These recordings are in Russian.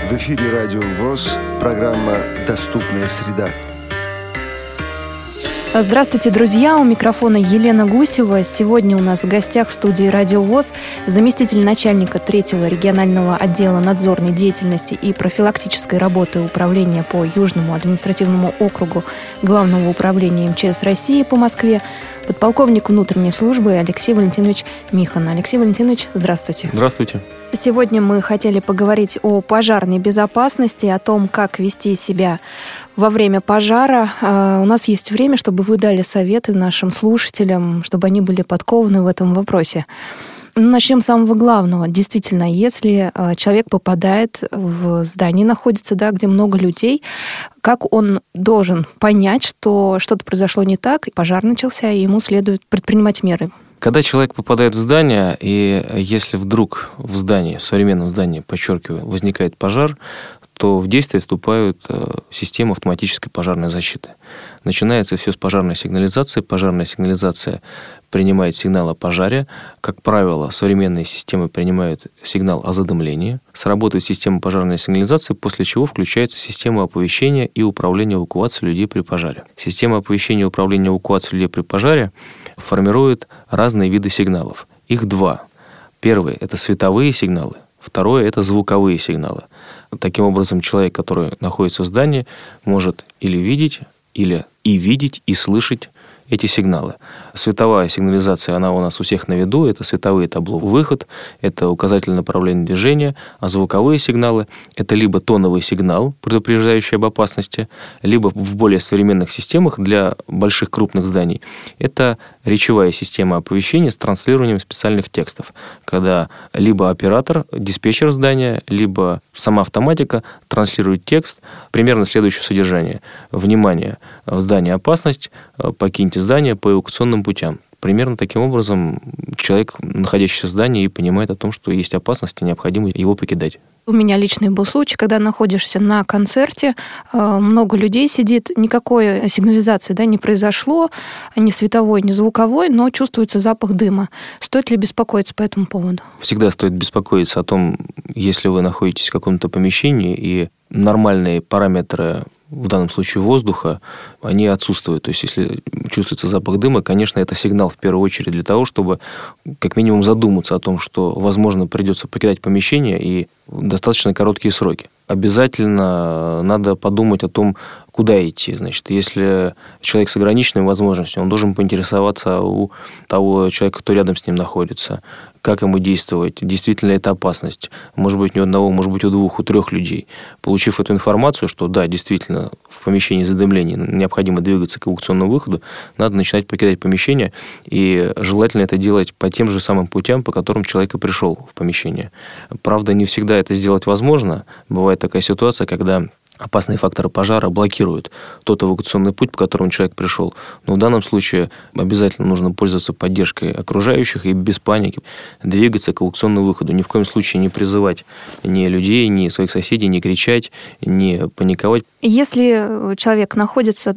В эфире Радио ВОС, программа «Доступная среда». Здравствуйте, друзья! У микрофона Елена Гусева. Сегодня у нас в гостях в студии Радио ВОС заместитель начальника 3-го регионального отдела надзорной деятельности и профилактической работы Управления по Южному административному округу Главного управления МЧС России по Москве, подполковник внутренней службы Алексей Валентинович Михан. Алексей Валентинович, здравствуйте. Здравствуйте. Сегодня мы хотели поговорить о пожарной безопасности, о том, как вести себя во время пожара. У нас есть время, чтобы вы дали советы нашим слушателям, чтобы они были подкованы в этом вопросе. Начнем с самого главного. Действительно, если человек попадает в здание, находится, где много людей, как он должен понять, что что-то произошло не так, пожар начался, и ему следует предпринимать меры? Когда человек попадает в здание, и если вдруг в здании, в современном здании, подчеркиваю, возникает пожар, то в действие вступают системы автоматической пожарной защиты. Начинается все с пожарной сигнализации. Пожарная сигнализация принимает сигнал о пожаре. Как правило, современные системы принимают сигнал о задымлении. Сработает система пожарной сигнализации, после чего включается система оповещения и управления эвакуацией людей при пожаре. Система оповещения и управления эвакуацией людей при пожаре формирует разные виды сигналов. Их два. Первый – это световые сигналы. Второе – это звуковые сигналы. Таким образом, человек, который находится в здании, может или видеть, и слышать эти сигналы. Световая сигнализация, она у нас у всех на виду. Это световые табло «Выход», это указатель направления движения. А звуковые сигналы – это либо тоновый сигнал, предупреждающий об опасности, либо в более современных системах для больших крупных зданий – это речевая система оповещения с транслированием специальных текстов, когда либо оператор, диспетчер здания, либо сама автоматика транслирует текст примерно следующее содержание. Внимание! В здании опасность, покиньте здание по эвакуационным путям. Примерно таким образом человек, находящийся в здании, и понимает о том, что есть опасность, и необходимо его покидать. У меня личный был случай, когда находишься на концерте, много людей сидит, никакой сигнализации не произошло, ни световой, ни звуковой, но чувствуется запах дыма. Стоит ли беспокоиться по этому поводу? Всегда стоит беспокоиться о том, если вы находитесь в каком-то помещении, и нормальные параметры, в данном случае воздуха, они отсутствуют. То есть, если чувствуется запах дыма, конечно, это сигнал в первую очередь для того, чтобы как минимум задуматься о том, что, возможно, придется покидать помещение и в достаточно короткие сроки. Обязательно надо подумать о том, куда идти. Значит, если человек с ограниченными возможностями, он должен поинтересоваться у того человека, кто рядом с ним находится, как ему действовать, действительно ли это опасность. Может быть, не у одного, может быть, у двух, у трех людей. Получив эту информацию, что да, действительно, в помещении задымления необходимо двигаться к эвакуационному выходу, надо начинать покидать помещение, и желательно это делать по тем же самым путям, по которым человек и пришел в помещение. Правда, не всегда это сделать возможно. Бывает такая ситуация, когда опасные факторы пожара блокируют тот эвакуационный путь, по которому человек пришел. Но в данном случае обязательно нужно пользоваться поддержкой окружающих и без паники двигаться к эвакуационному выходу. Ни в коем случае не призывать ни людей, ни своих соседей, не кричать, не паниковать. Если человек находится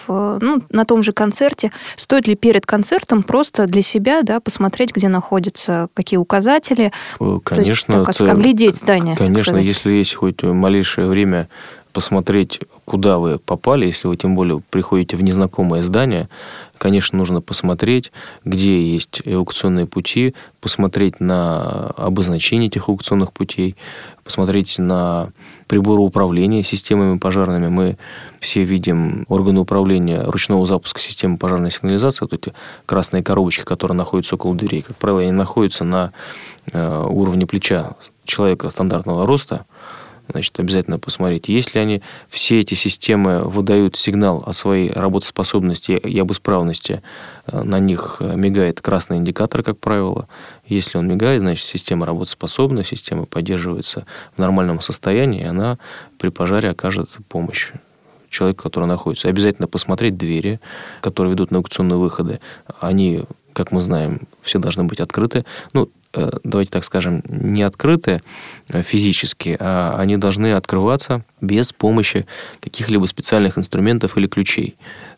на том же концерте, стоит ли перед концертом просто для себя посмотреть, где находятся, какие указатели? Конечно. То есть, оглядеть здание. Конечно, если есть хоть малейшее время посмотреть, куда вы попали, если вы тем более приходите в незнакомое здание, конечно, нужно посмотреть, где есть эвакуационные пути, посмотреть на обозначение этих эвакуационных путей, посмотреть на приборы управления системами пожарными. Мы все видим органы управления ручного запуска системы пожарной сигнализации, вот эти красные коробочки, которые находятся около дверей. Как правило, они находятся на уровне плеча человека стандартного роста. Значит, обязательно посмотреть. Если они, все эти системы выдают сигнал о своей работоспособности и об исправности, на них мигает красный индикатор, как правило. Если он мигает, значит, система работоспособна, система поддерживается в нормальном состоянии, и она при пожаре окажет помощь человеку, который находится. Обязательно посмотреть двери, которые ведут на эвакуационные выходы. Они, как мы знаем, все должны быть открыты. Давайте так скажем, не открыты физически, а они должны открываться без помощи каких-либо специальных инструментов или ключей.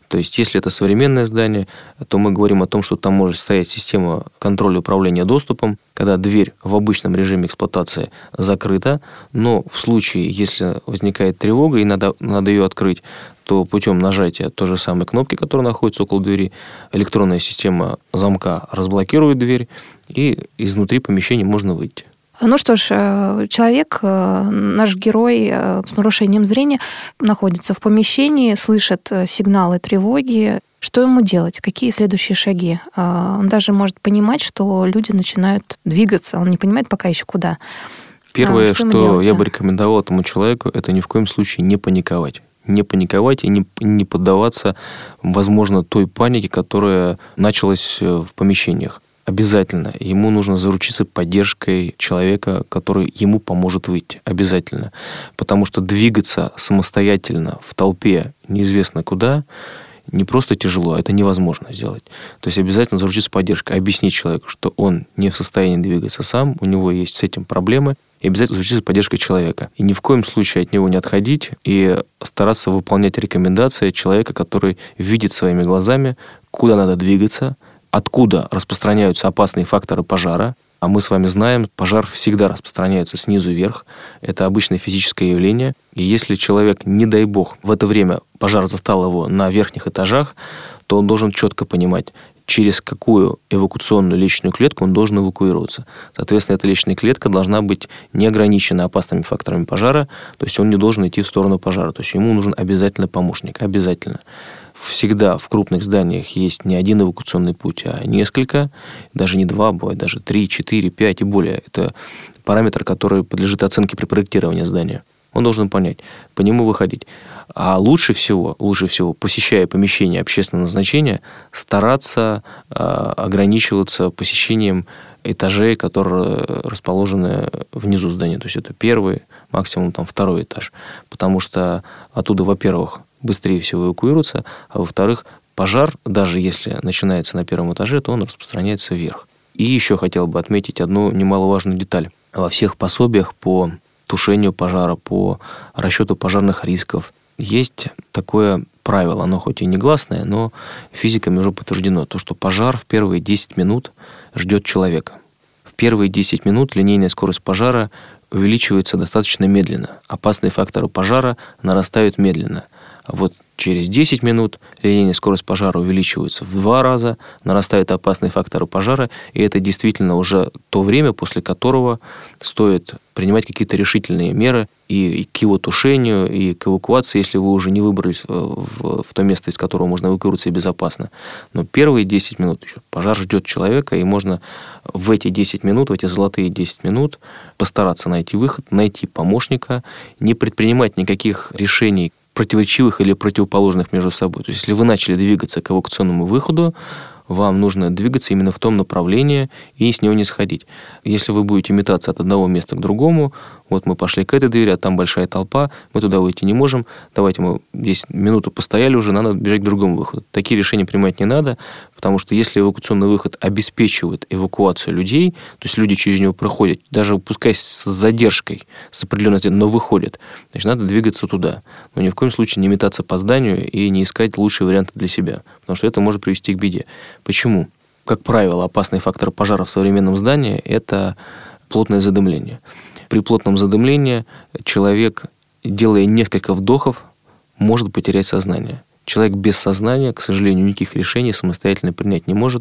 То есть, если это современное здание, то мы говорим о том, что там может стоять система контроля управления доступом, когда дверь в обычном режиме эксплуатации закрыта, но в случае, если возникает тревога и надо ее открыть, то путем нажатия той же самой кнопки, которая находится около двери, электронная система замка разблокирует дверь, и изнутри помещения можно выйти. Ну что ж, человек, наш герой с нарушением зрения, находится в помещении, слышит сигналы тревоги. Что ему делать? Какие следующие шаги? Он даже может понимать, что люди начинают двигаться. Он не понимает пока еще куда. Первое, что я бы рекомендовал этому человеку, это ни в коем случае не паниковать. Не паниковать и не поддаваться, возможно, той панике, которая началась в помещениях. Обязательно ему нужно заручиться поддержкой человека, который ему поможет выйти. Обязательно. Потому что двигаться самостоятельно в толпе неизвестно куда не просто тяжело, а это невозможно сделать. То есть обязательно заручиться поддержкой, объяснить человеку, что он не в состоянии двигаться сам, у него есть с этим проблемы, и обязательно заручиться поддержкой человека. И ни в коем случае от него не отходить и стараться выполнять рекомендации человека, который видит своими глазами, куда надо двигаться, откуда распространяются опасные факторы пожара. А мы с вами знаем, пожар всегда распространяется снизу вверх. Это обычное физическое явление. И если человек, не дай бог, в это время пожар застал его на верхних этажах, то он должен четко понимать, через какую эвакуационную лестничную клетку он должен эвакуироваться. Соответственно, эта лестничная клетка должна быть не ограничена опасными факторами пожара, то есть он не должен идти в сторону пожара. То есть ему нужен обязательно помощник. Обязательно. Всегда в крупных зданиях есть не один эвакуационный путь, а несколько, даже не два, бывает даже 3, 4, 5 и более. Это параметр, который подлежит оценке при проектировании здания. Он должен понять, по нему выходить. А лучше всего, посещая помещения общественного назначения, стараться ограничиваться посещением этажей, которые расположены внизу здания. То есть это первый, максимум второй этаж. Потому что оттуда, во-первых, быстрее всего эвакуируется, а во-вторых, пожар, даже если начинается на первом этаже, то он распространяется вверх. И еще хотел бы отметить одну немаловажную деталь. Во всех пособиях по тушению пожара, по расчету пожарных рисков есть такое правило, оно хоть и негласное, но физиками уже подтверждено, то, что пожар в первые 10 минут ждет человека. В первые 10 минут линейная скорость пожара увеличивается достаточно медленно. Опасные факторы пожара нарастают медленно. А вот через 10 минут линейная скорость пожара увеличивается в 2 раза, нарастают опасные факторы пожара, и это действительно уже то время, после которого стоит принимать какие-то решительные меры и к его тушению, и к эвакуации, если вы уже не выбрались в то место, из которого можно эвакуироваться и безопасно. Но первые 10 минут еще пожар ждет человека, и можно в эти 10 минут, в эти золотые 10 минут постараться найти выход, найти помощника, не предпринимать никаких решений противоречивых или противоположных между собой. То есть, если вы начали двигаться к эвакуационному выходу, вам нужно двигаться именно в том направлении и с него не сходить. Если вы будете метаться от одного места к другому, вот мы пошли к этой двери, а там большая толпа, мы туда выйти не можем, давайте мы здесь минуту постояли уже, надо бежать к другому выходу. Такие решения принимать не надо, потому что если эвакуационный выход обеспечивает эвакуацию людей, то есть люди через него проходят, даже пускай с задержкой, с определенной задержкой, но выходят, значит, надо двигаться туда. Но ни в коем случае не метаться по зданию и не искать лучшие варианты для себя, потому что это может привести к беде. Почему? Как правило, опасный фактор пожара в современном здании – это плотное задымление. При плотном задымлении человек, делая несколько вдохов, может потерять сознание. Человек без сознания, к сожалению, никаких решений самостоятельно принять не может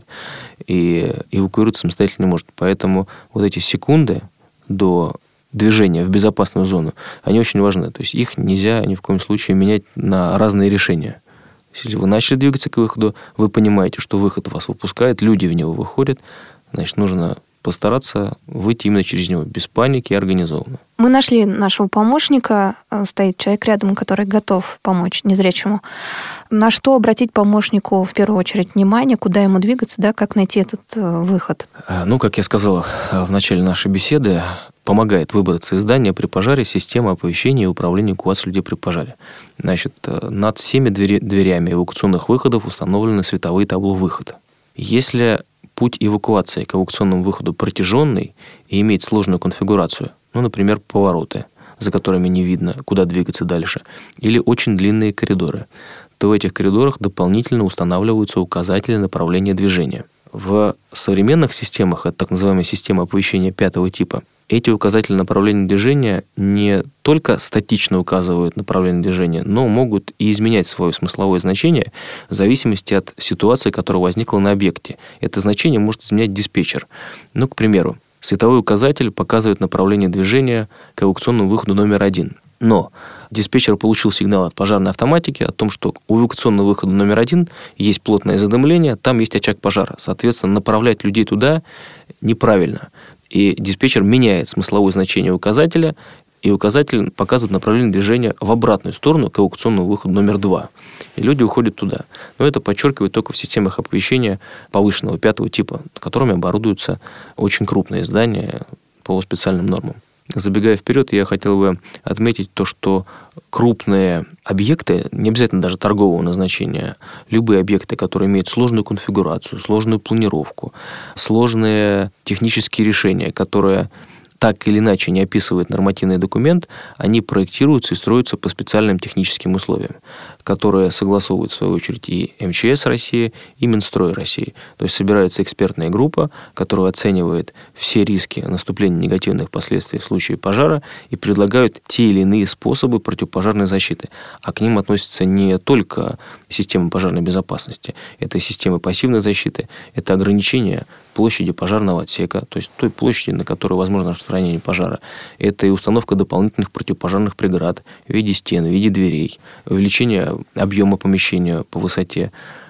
и эвакуироваться самостоятельно не может. Поэтому вот эти секунды до движения в безопасную зону, они очень важны. То есть их нельзя ни в коем случае менять на разные решения. Если вы начали двигаться к выходу, вы понимаете, что выход вас выпускает, люди в него выходят, значит, нужно постараться выйти именно через него, без паники и организованно. Мы нашли нашего помощника, стоит человек рядом, который готов помочь незрячему. На что обратить помощнику в первую очередь внимание, куда ему двигаться, да, как найти этот выход? Ну, как я сказал в начале нашей беседы, помогает выбраться из здания при пожаре система оповещения и управления эвакуацией людей при пожаре. Значит, над всеми дверями эвакуационных выходов установлены световые табло выхода. Если путь эвакуации к эвакуационному выходу протяженный и имеет сложную конфигурацию, ну, например, повороты, за которыми не видно, куда двигаться дальше, или очень длинные коридоры, то в этих коридорах дополнительно устанавливаются указатели направления движения. В современных системах, это так называемая система оповещения 5-го типа, эти указатели направления движения не только статично указывают направление движения, но могут и изменять свое смысловое значение в зависимости от ситуации, которая возникла на объекте. Это значение может изменять диспетчер. Ну, к примеру, световой указатель показывает направление движения к эвакуационному выходу номер 1. Но диспетчер получил сигнал от пожарной автоматики о том, что у эвакуационного выхода номер 1 есть плотное задымление, там есть очаг пожара. Соответственно, направлять людей туда неправильно. И диспетчер меняет смысловое значение указателя, и указатель показывает направление движения в обратную сторону к эвакуационному выходу номер 2. И люди уходят туда. Но это подчеркивает только в системах оповещения повышенного 5-го типа, которыми оборудуются очень крупные здания по специальным нормам. Забегая вперед, я хотел бы отметить то, что крупные объекты, не обязательно даже торгового назначения, любые объекты, которые имеют сложную конфигурацию, сложную планировку, сложные технические решения, которые так или иначе не описывает нормативный документ, они проектируются и строятся по специальным техническим условиям, которые согласовывают, в свою очередь, и МЧС России, и Минстрой России. То есть собирается экспертная группа, которая оценивает все риски наступления негативных последствий в случае пожара и предлагают те или иные способы противопожарной защиты. А к ним относятся не только система пожарной безопасности, это система пассивной защиты, это ограничение площади пожарного отсека, то есть той площади, на которой возможно распространение пожара. Это и установка дополнительных противопожарных преград в виде стен, в виде дверей, увеличение объема помещения по высоте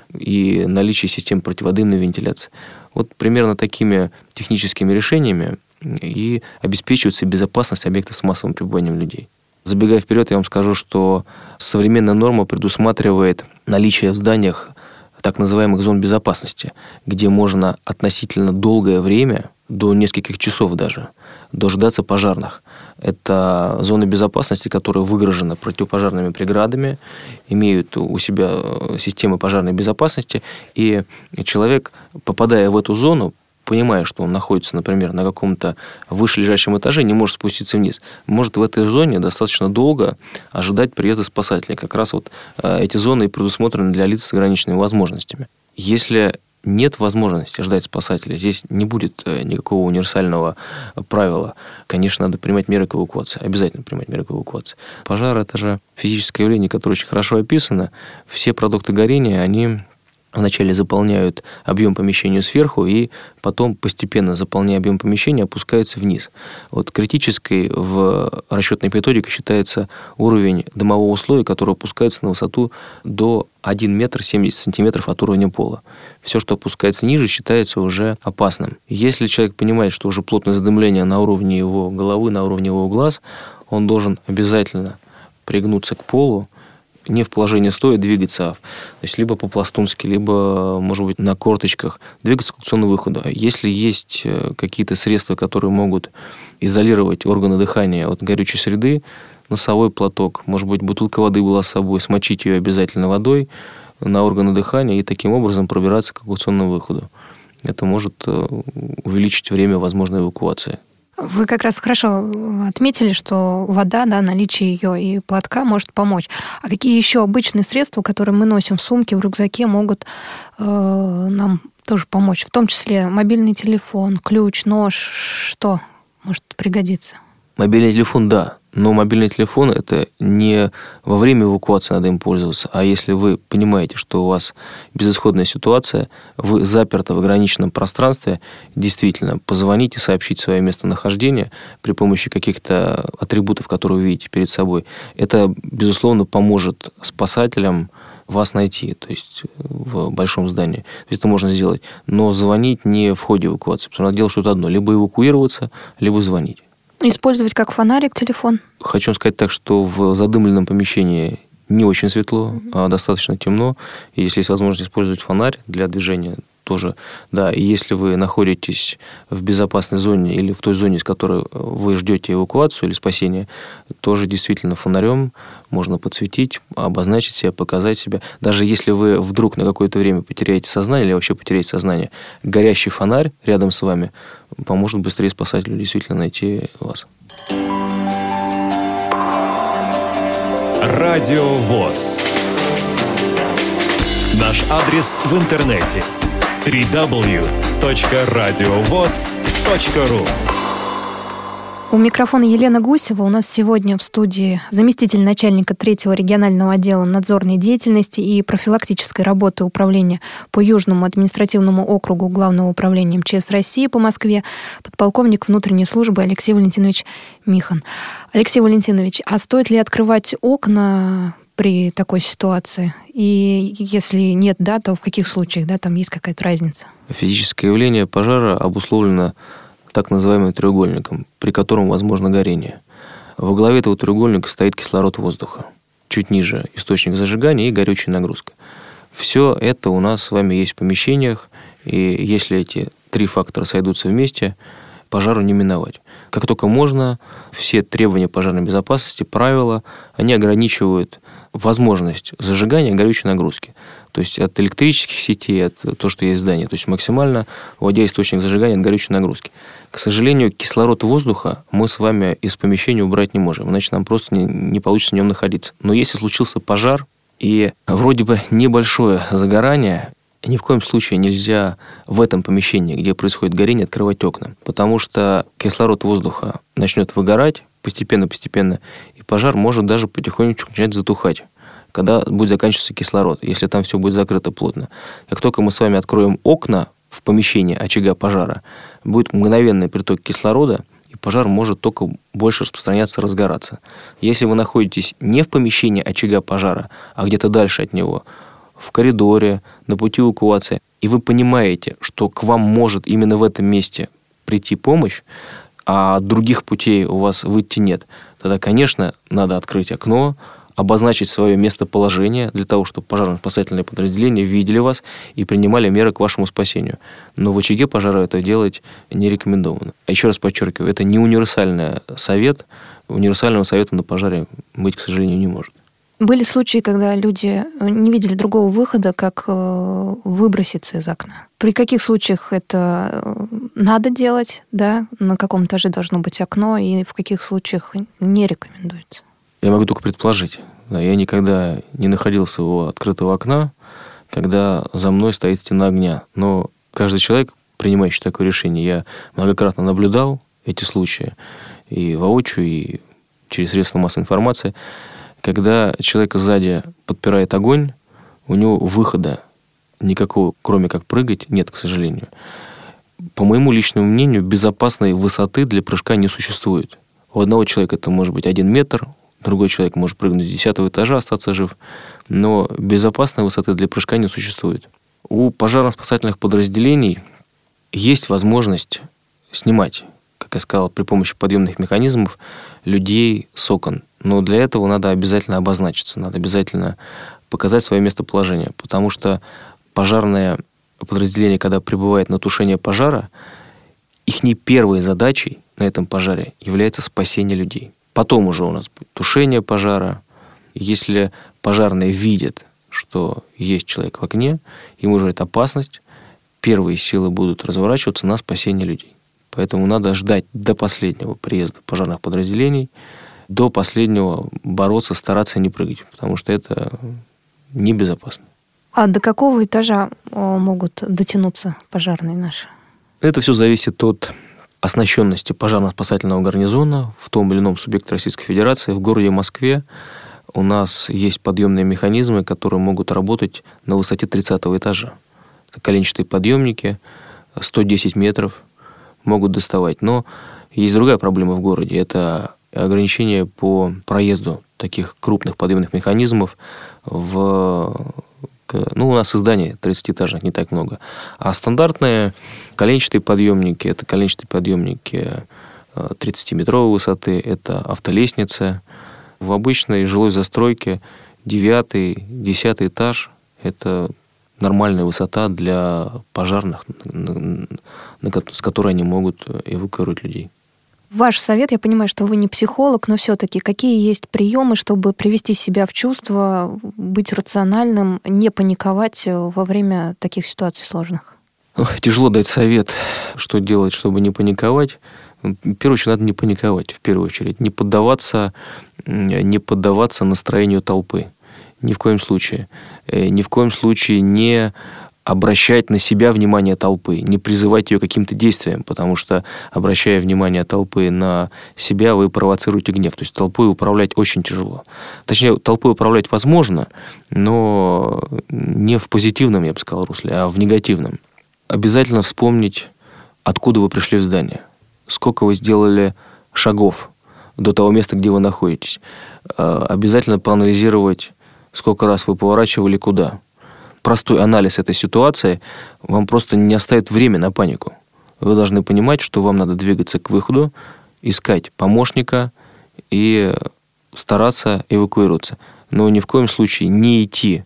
и наличие систем противодымной вентиляции. Вот примерно такими техническими решениями и обеспечивается безопасность объектов с массовым пребыванием людей. Забегая вперед, я вам скажу, что современная норма предусматривает наличие в зданиях так называемых зон безопасности, где можно относительно долгое время, до нескольких часов даже, дожидаться пожарных. Это зоны безопасности, которые выгорожены противопожарными преградами, имеют у себя системы пожарной безопасности, и человек, попадая в эту зону, понимая, что он находится, например, на каком-то вышележащем этаже, не может спуститься вниз, может в этой зоне достаточно долго ожидать приезда спасателей. Как раз вот эти зоны и предусмотрены для лиц с ограниченными возможностями. Если нет возможности ждать спасателя, здесь не будет никакого универсального правила. Конечно, надо принимать меры к эвакуации. Обязательно принимать меры к эвакуации. Пожар – это же физическое явление, которое очень хорошо описано. Все продукты горения, они вначале заполняют объем помещения сверху, и потом, постепенно заполняя объем помещения, опускаются вниз. Вот критической в расчетной методике считается уровень дымового слоя, который опускается на высоту до 1 метр 70 сантиметров от уровня пола. Все, что опускается ниже, считается уже опасным. Если человек понимает, что уже плотное задымление на уровне его головы, на уровне его глаз, он должен обязательно пригнуться к полу, не в положении стоя двигаться, то есть либо по-пластунски, либо, может быть, на корточках, двигаться к эвакуационному выходу. Если есть какие-то средства, которые могут изолировать органы дыхания от горючей среды, носовой платок, может быть, бутылка воды была с собой, смочить ее обязательно водой на органы дыхания и таким образом пробираться к эвакуационному выходу. Это может увеличить время возможной эвакуации. Вы как раз хорошо отметили, что вода, да, наличие ее и платка может помочь. А какие еще обычные средства, которые мы носим в сумке, в рюкзаке, могут нам тоже помочь? В том числе мобильный телефон, ключ, нож, что может пригодиться? Мобильный телефон, да. Но мобильный телефон – это не во время эвакуации надо им пользоваться, а если вы понимаете, что у вас безысходная ситуация, вы заперты в ограниченном пространстве, действительно, позвоните, сообщите свое местонахождение при помощи каких-то атрибутов, которые вы видите перед собой. Это, безусловно, поможет спасателям вас найти, то есть в большом здании. То есть это можно сделать. Но звонить не в ходе эвакуации, потому что надо делать что-то одно. Либо эвакуироваться, либо звонить. Использовать как фонарик телефон? Хочу сказать так, что в задымленном помещении не очень светло, а достаточно темно. И если есть возможность использовать фонарь для движения, тоже, да. И если вы находитесь в безопасной зоне или в той зоне, из которой вы ждете эвакуацию или спасение, тоже действительно фонарем можно подсветить, обозначить себя, показать себя. Даже если вы вдруг на какое-то время потеряете сознание или вообще потеряете сознание, горящий фонарь рядом с вами поможет быстрее спасателю действительно найти вас. Радио ВОС. Наш адрес в интернете www.radiovoz.ru. У микрофона Елена Гусева. У нас сегодня в студии заместитель начальника 3-го регионального отдела надзорной деятельности и профилактической работы Управления по Южному административному округу Главного управления МЧС России по Москве, подполковник внутренней службы Алексей Валентинович Михан. Алексей Валентинович, а стоит ли открывать окна при такой ситуации? И если нет, да, то в каких случаях, да, там есть какая-то разница? Физическое явление пожара обусловлено так называемым треугольником, при котором возможно горение. Во главе этого треугольника стоит кислород воздуха. Чуть ниже источник зажигания и горючая нагрузка. Все это у нас с вами есть в помещениях, и если эти три фактора сойдутся вместе, пожару не миновать. Как только можно, все требования пожарной безопасности, правила, они ограничивают возможность зажигания горючей нагрузки. То есть от электрических сетей, от того, что есть в здании. То есть максимально вводя источник зажигания от горючей нагрузки. К сожалению, кислород воздуха мы с вами из помещения убрать не можем. Иначе нам просто не получится в нем находиться. Но если случился пожар и вроде бы небольшое загорание, ни в коем случае нельзя в этом помещении, где происходит горение, открывать окна. Потому что кислород воздуха начнет выгорать постепенно, и пожар может даже потихонечку начать затухать, когда будет заканчиваться кислород, если там все будет закрыто плотно. Как только мы с вами откроем окна в помещении очага пожара, будет мгновенный приток кислорода, и пожар может только больше распространяться, разгораться. Если вы находитесь не в помещении очага пожара, а где-то дальше от него, в коридоре, на пути эвакуации, и вы понимаете, что к вам может именно в этом месте прийти помощь, а других путей у вас выйти нет, тогда, конечно, надо открыть окно, обозначить свое местоположение для того, чтобы пожарно-спасательные подразделения видели вас и принимали меры к вашему спасению. Но в очаге пожара это делать не рекомендовано. А еще раз подчеркиваю, это не универсальный совет. Универсального совета на пожаре быть, к сожалению, не может. Были случаи, когда люди не видели другого выхода, как выброситься из окна. При каких случаях это надо делать, да? На каком этаже должно быть окно, и в каких случаях не рекомендуется? Я могу только предположить. Да, я никогда не находился у открытого окна, когда за мной стоит стена огня. Но каждый человек, принимающий такое решение, я многократно наблюдал эти случаи и воочию, и через средства массовой информации. Когда человека сзади подпирает огонь, у него выхода никакого, кроме как прыгать, нет, к сожалению. По моему личному мнению, безопасной высоты для прыжка не существует. У одного человека это может быть 1 метр, другой человек может прыгнуть с 10-го этажа, остаться жив, но безопасной высоты для прыжка не существует. У пожарно-спасательных подразделений есть возможность снимать, как я сказал, при помощи подъемных механизмов людей с окон. Но для этого надо обязательно обозначиться, надо обязательно показать свое местоположение, потому что пожарное подразделение, когда прибывает на тушение пожара, их не первой задачей на этом пожаре является спасение людей. Потом уже у нас будет тушение пожара. Если пожарные видят, что есть человек в окне, им уже это опасность, первые силы будут разворачиваться на спасение людей. Поэтому надо ждать до последнего приезда пожарных подразделений, до последнего бороться, стараться не прыгать, потому что это небезопасно. А до какого этажа могут дотянуться пожарные наши? Это все зависит от оснащенности пожарно-спасательного гарнизона в том или ином субъекте Российской Федерации. В городе Москве у нас есть подъемные механизмы, которые могут работать на высоте 30-го этажа. Это коленчатые подъемники, 110 метров могут доставать. Но есть другая проблема в городе. Это ограничения по проезду таких крупных подъемных механизмов у нас и зданий 30-этажных не так много. А стандартные коленчатые подъемники, это коленчатые подъемники 30-метровой высоты, это автолестницы. В обычной жилой застройке 9-10 этаж – это нормальная высота для пожарных, с которой они могут эвакуировать людей. Ваш совет, я понимаю, что вы не психолог, но все-таки какие есть приемы, чтобы привести себя в чувство, быть рациональным, не паниковать во время таких ситуаций сложных? Тяжело дать совет, что делать, чтобы не паниковать. В первую очередь, надо не паниковать, в первую очередь. Не поддаваться настроению толпы. Ни в коем случае. Ни в коем случае не обращать на себя внимание толпы, не призывать ее к каким-то действиям, потому что, обращая внимание толпы на себя, вы провоцируете гнев. То есть толпой управлять очень тяжело. Точнее, толпой управлять возможно, но не в позитивном, я бы сказал, русле, а в негативном. Обязательно вспомнить, откуда вы пришли в здание, сколько вы сделали шагов до того места, где вы находитесь. Обязательно проанализировать, сколько раз вы поворачивали, куда. Простой анализ этой ситуации вам просто не оставит время на панику. Вы должны понимать, что вам надо двигаться к выходу, искать помощника и стараться эвакуироваться. Но ни в коем случае не идти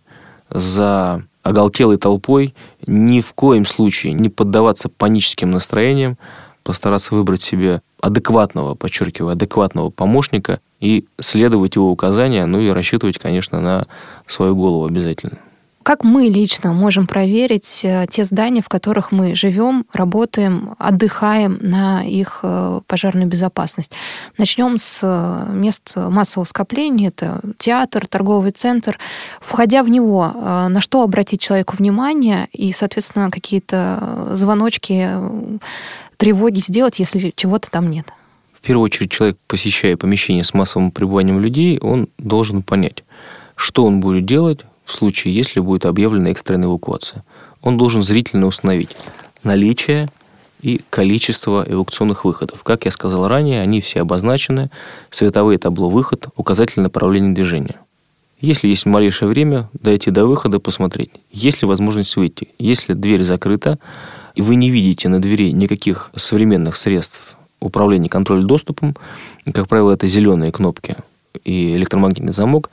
за оголтелой толпой, ни в коем случае не поддаваться паническим настроениям, постараться выбрать себе адекватного, подчеркиваю, адекватного помощника и следовать его указаниям, и рассчитывать, конечно, на свою голову обязательно. Как мы лично можем проверить те здания, в которых мы живем, работаем, отдыхаем, на их пожарную безопасность? Начнем с мест массового скопления. Это театр, торговый центр. Входя в него, на что обратить человеку внимание и, соответственно, какие-то звоночки, тревоги сделать, если чего-то там нет? В первую очередь, человек, посещая помещение с массовым пребыванием людей, он должен понять, что он будет делать в случае, если будет объявлена экстренная эвакуация. Он должен зрительно установить наличие и количество эвакуационных выходов. Как я сказал ранее, они все обозначены. Световые табло «Выход», указатель направления движения. Если есть малейшее время, дойти до выхода, посмотреть, есть ли возможность выйти. Если дверь закрыта, и вы не видите на двери никаких современных средств управления и контроля доступом, как правило, это зеленые кнопки и электромагнитный замок,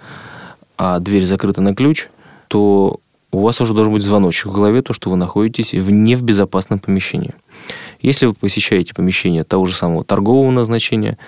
а дверь закрыта на ключ, то у вас уже должен быть звоночек в голове, то, что вы находитесь не в безопасном помещении. Если вы посещаете помещение того же самого торгового назначения,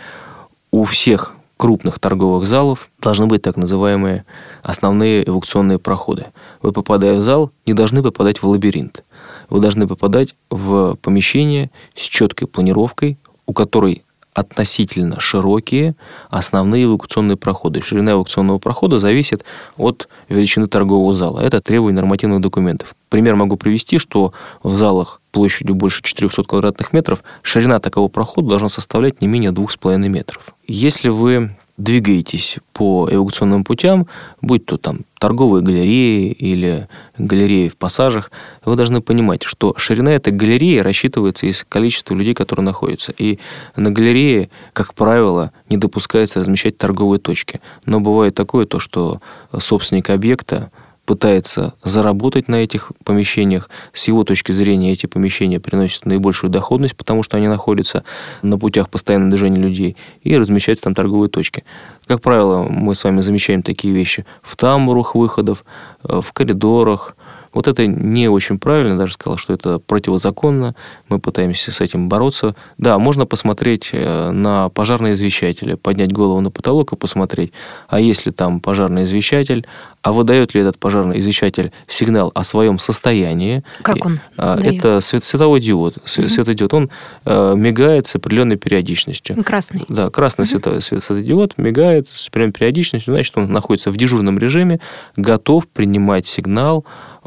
у всех крупных торговых залов должны быть так называемые основные эвакуационные проходы. Вы, попадая в зал, не должны попадать в лабиринт. Вы должны попадать в помещение с четкой планировкой, у которой относительно широкие основные эвакуационные проходы. Ширина эвакуационного прохода зависит от величины торгового зала. Это требование нормативных документов. Пример могу привести, что в залах площадью больше 400 квадратных метров ширина такого прохода должна составлять не менее 2,5 метров. Если вы двигаетесь по эвакуационным путям, будь то там торговые галереи или галереи в пассажах, вы должны понимать, что ширина этой галереи рассчитывается из количества людей, которые находятся. И на галерее, как правило, не допускается размещать торговые точки. Но бывает такое, то, что собственник объекта пытается заработать на этих помещениях. С его точки зрения эти помещения приносят наибольшую доходность, потому что они находятся на путях постоянного движения людей, и размещаются там торговые точки. Как правило, мы с вами замечаем такие вещи в тамбурах выходов, в коридорах. Вот это не очень правильно, даже сказал, что это противозаконно. Мы пытаемся с этим бороться. Да, можно посмотреть на пожарные извещатели, поднять голову на потолок и посмотреть, а если там пожарный извещатель, а выдает ли этот пожарный извещатель сигнал о своем состоянии. Как он дает? Это световой диод. Светодиод. Он мигает с определенной периодичностью. Красный. Да, красный светодиод мигает с определенной периодичностью, значит, он находится в дежурном режиме, готов принимать сигнал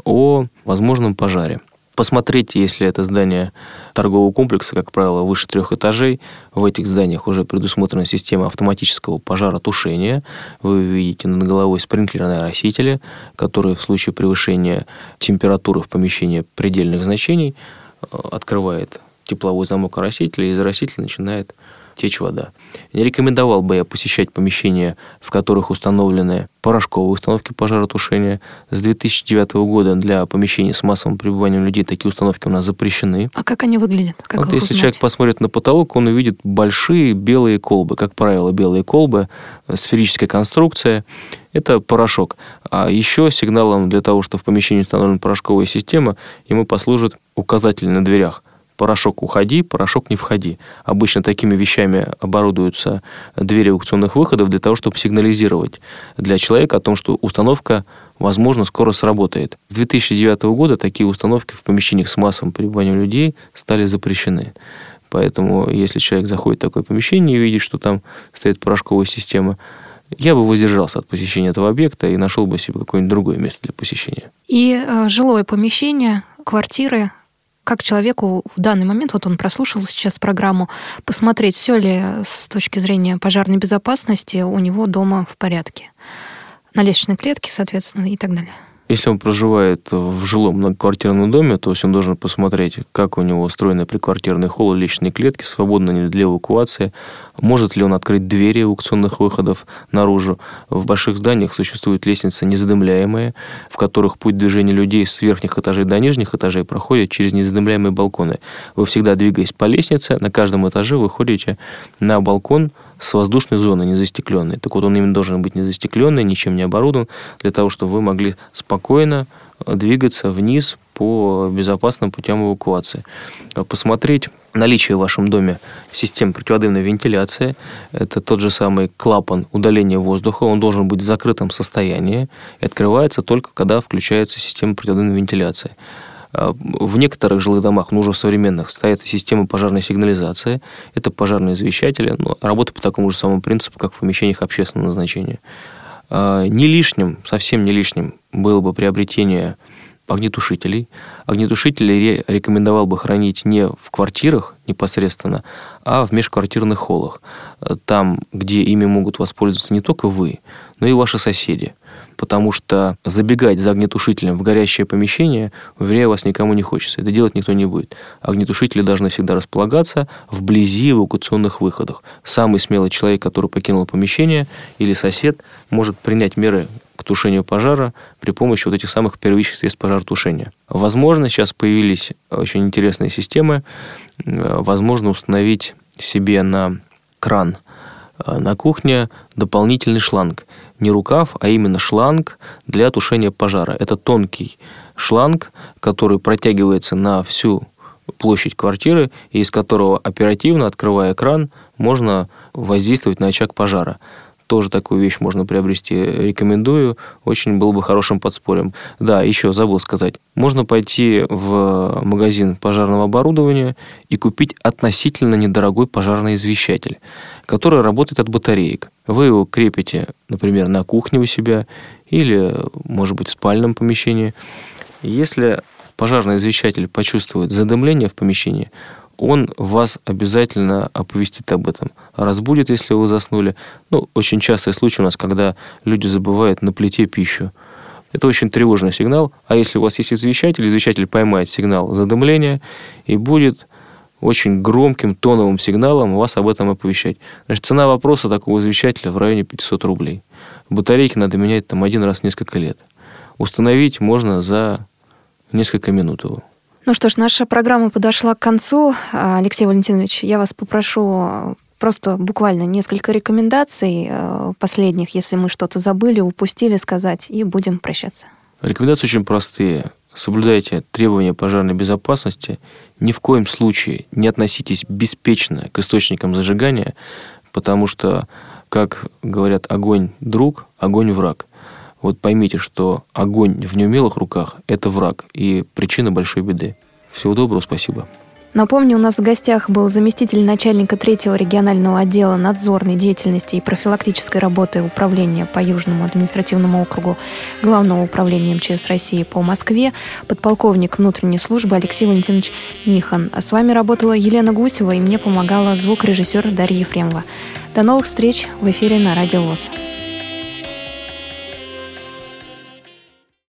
о возможном пожаре. Посмотрите, если это здание торгового комплекса, как правило, выше 3 этажей, в этих зданиях уже предусмотрена система автоматического пожаротушения. Вы видите над головой спринклерные оросители, которые в случае превышения температуры в помещении предельных значений открывает тепловой замок оросителя, и из оросителя начинает течь вода. Не рекомендовал бы я посещать помещения, в которых установлены порошковые установки пожаротушения. С 2009 года для помещений с массовым пребыванием людей такие установки у нас запрещены. А как они выглядят? Как вот их если узнать? человек посмотрит на потолок, он увидит большие белые колбы. Как правило, белые колбы, сферическая конструкция. Это порошок. А еще сигналом для того, что в помещении установлена порошковая система, ему послужит указатель на дверях. Порошок уходи, порошок не входи. Обычно такими вещами оборудуются двери эвакуационных выходов для того, чтобы сигнализировать для человека о том, что установка, возможно, скоро сработает. С 2009 года такие установки в помещениях с массовым пребыванием людей стали запрещены. Поэтому, если человек заходит в такое помещение и видит, что там стоит порошковая система, я бы воздержался от посещения этого объекта и нашел бы себе какое-нибудь другое место для посещения. И жилое помещение, квартиры, как человеку в данный момент, вот он прослушал сейчас программу, посмотреть, все ли с точки зрения пожарной безопасности у него дома в порядке. На лестничной клетке, соответственно, и так далее. Если он проживает в жилом многоквартирном доме, то есть он должен посмотреть, как у него устроены приквартирный холл и лестничные клетки, свободны ли для эвакуации, может ли он открыть двери эвакуационных выходов наружу. В больших зданиях существуют лестницы незадымляемые, в которых путь движения людей с верхних этажей до нижних этажей проходит через незадымляемые балконы. Вы всегда, двигаясь по лестнице, на каждом этаже выходите на балкон с воздушной зоной, незастекленной. Так вот, он именно должен быть незастекленный, ничем не оборудован, для того, чтобы вы могли спокойно двигаться вниз по безопасным путям эвакуации. Посмотреть наличие в вашем доме систем противодымной вентиляции. Это тот же самый клапан удаления воздуха. Он должен быть в закрытом состоянии и открывается только когда включается система противодымной вентиляции. В некоторых жилых домах, но уже современных, стоят системы пожарной сигнализации. Это пожарные извещатели, но работают по такому же самому принципу, как в помещениях общественного назначения. Не лишним, совсем не лишним было бы приобретение огнетушителей. Огнетушители рекомендовал бы хранить не в квартирах непосредственно, а в межквартирных холлах. Там, где ими могут воспользоваться не только вы, но и ваши соседи. Потому что забегать за огнетушителем в горящее помещение, уверяю вас, никому не хочется. Это делать никто не будет. Огнетушители должны всегда располагаться вблизи эвакуационных выходов. Самый смелый человек, который покинул помещение, или сосед, может принять меры к тушению пожара при помощи вот этих самых первичных средств пожаротушения. Возможно, сейчас появились очень интересные системы. Возможно установить себе на кран на кухне дополнительный шланг. Не рукав, а именно шланг для тушения пожара. Это тонкий шланг, который протягивается на всю площадь квартиры, и из которого оперативно, открывая кран, можно воздействовать на очаг пожара. Тоже такую вещь можно приобрести, рекомендую. Очень был бы хорошим подспорьем. Да, еще забыл сказать. Можно пойти в магазин пожарного оборудования и купить относительно недорогой пожарный извещатель, который работает от батареек. Вы его крепите, например, на кухне у себя или, может быть, в спальном помещении. Если пожарный извещатель почувствует задымление в помещении, он вас обязательно оповестит об этом. Разбудит, если вы заснули. Очень частый случай у нас, когда люди забывают на плите пищу. Это очень тревожный сигнал. А если у вас есть извещатель поймает сигнал задымления и будет очень громким тоновым сигналом вас об этом оповещать. Значит, цена вопроса такого извещателя в районе 500 рублей. Батарейки надо менять один раз в несколько лет. Установить можно за несколько минут его. Ну что ж, наша программа подошла к концу. Алексей Валентинович, я вас попрошу просто буквально несколько рекомендаций последних, если мы что-то забыли, упустили сказать, и будем прощаться. Рекомендации очень простые. Соблюдайте требования пожарной безопасности. Ни в коем случае не относитесь беспечно к источникам зажигания, потому что, как говорят, огонь – друг, огонь – враг. Вот поймите, что огонь в неумелых руках – это враг и причина большой беды. Всего доброго, спасибо. Напомню, у нас в гостях был заместитель начальника 3-го регионального отдела надзорной деятельности и профилактической работы Управления по Южному административному округу Главного управления МЧС России по Москве, подполковник внутренней службы Алексей Валентинович Михан. А с вами работала Елена Гусева, и мне помогала звукорежиссер Дарья Ефремова. До новых встреч в эфире на Радио ВОС.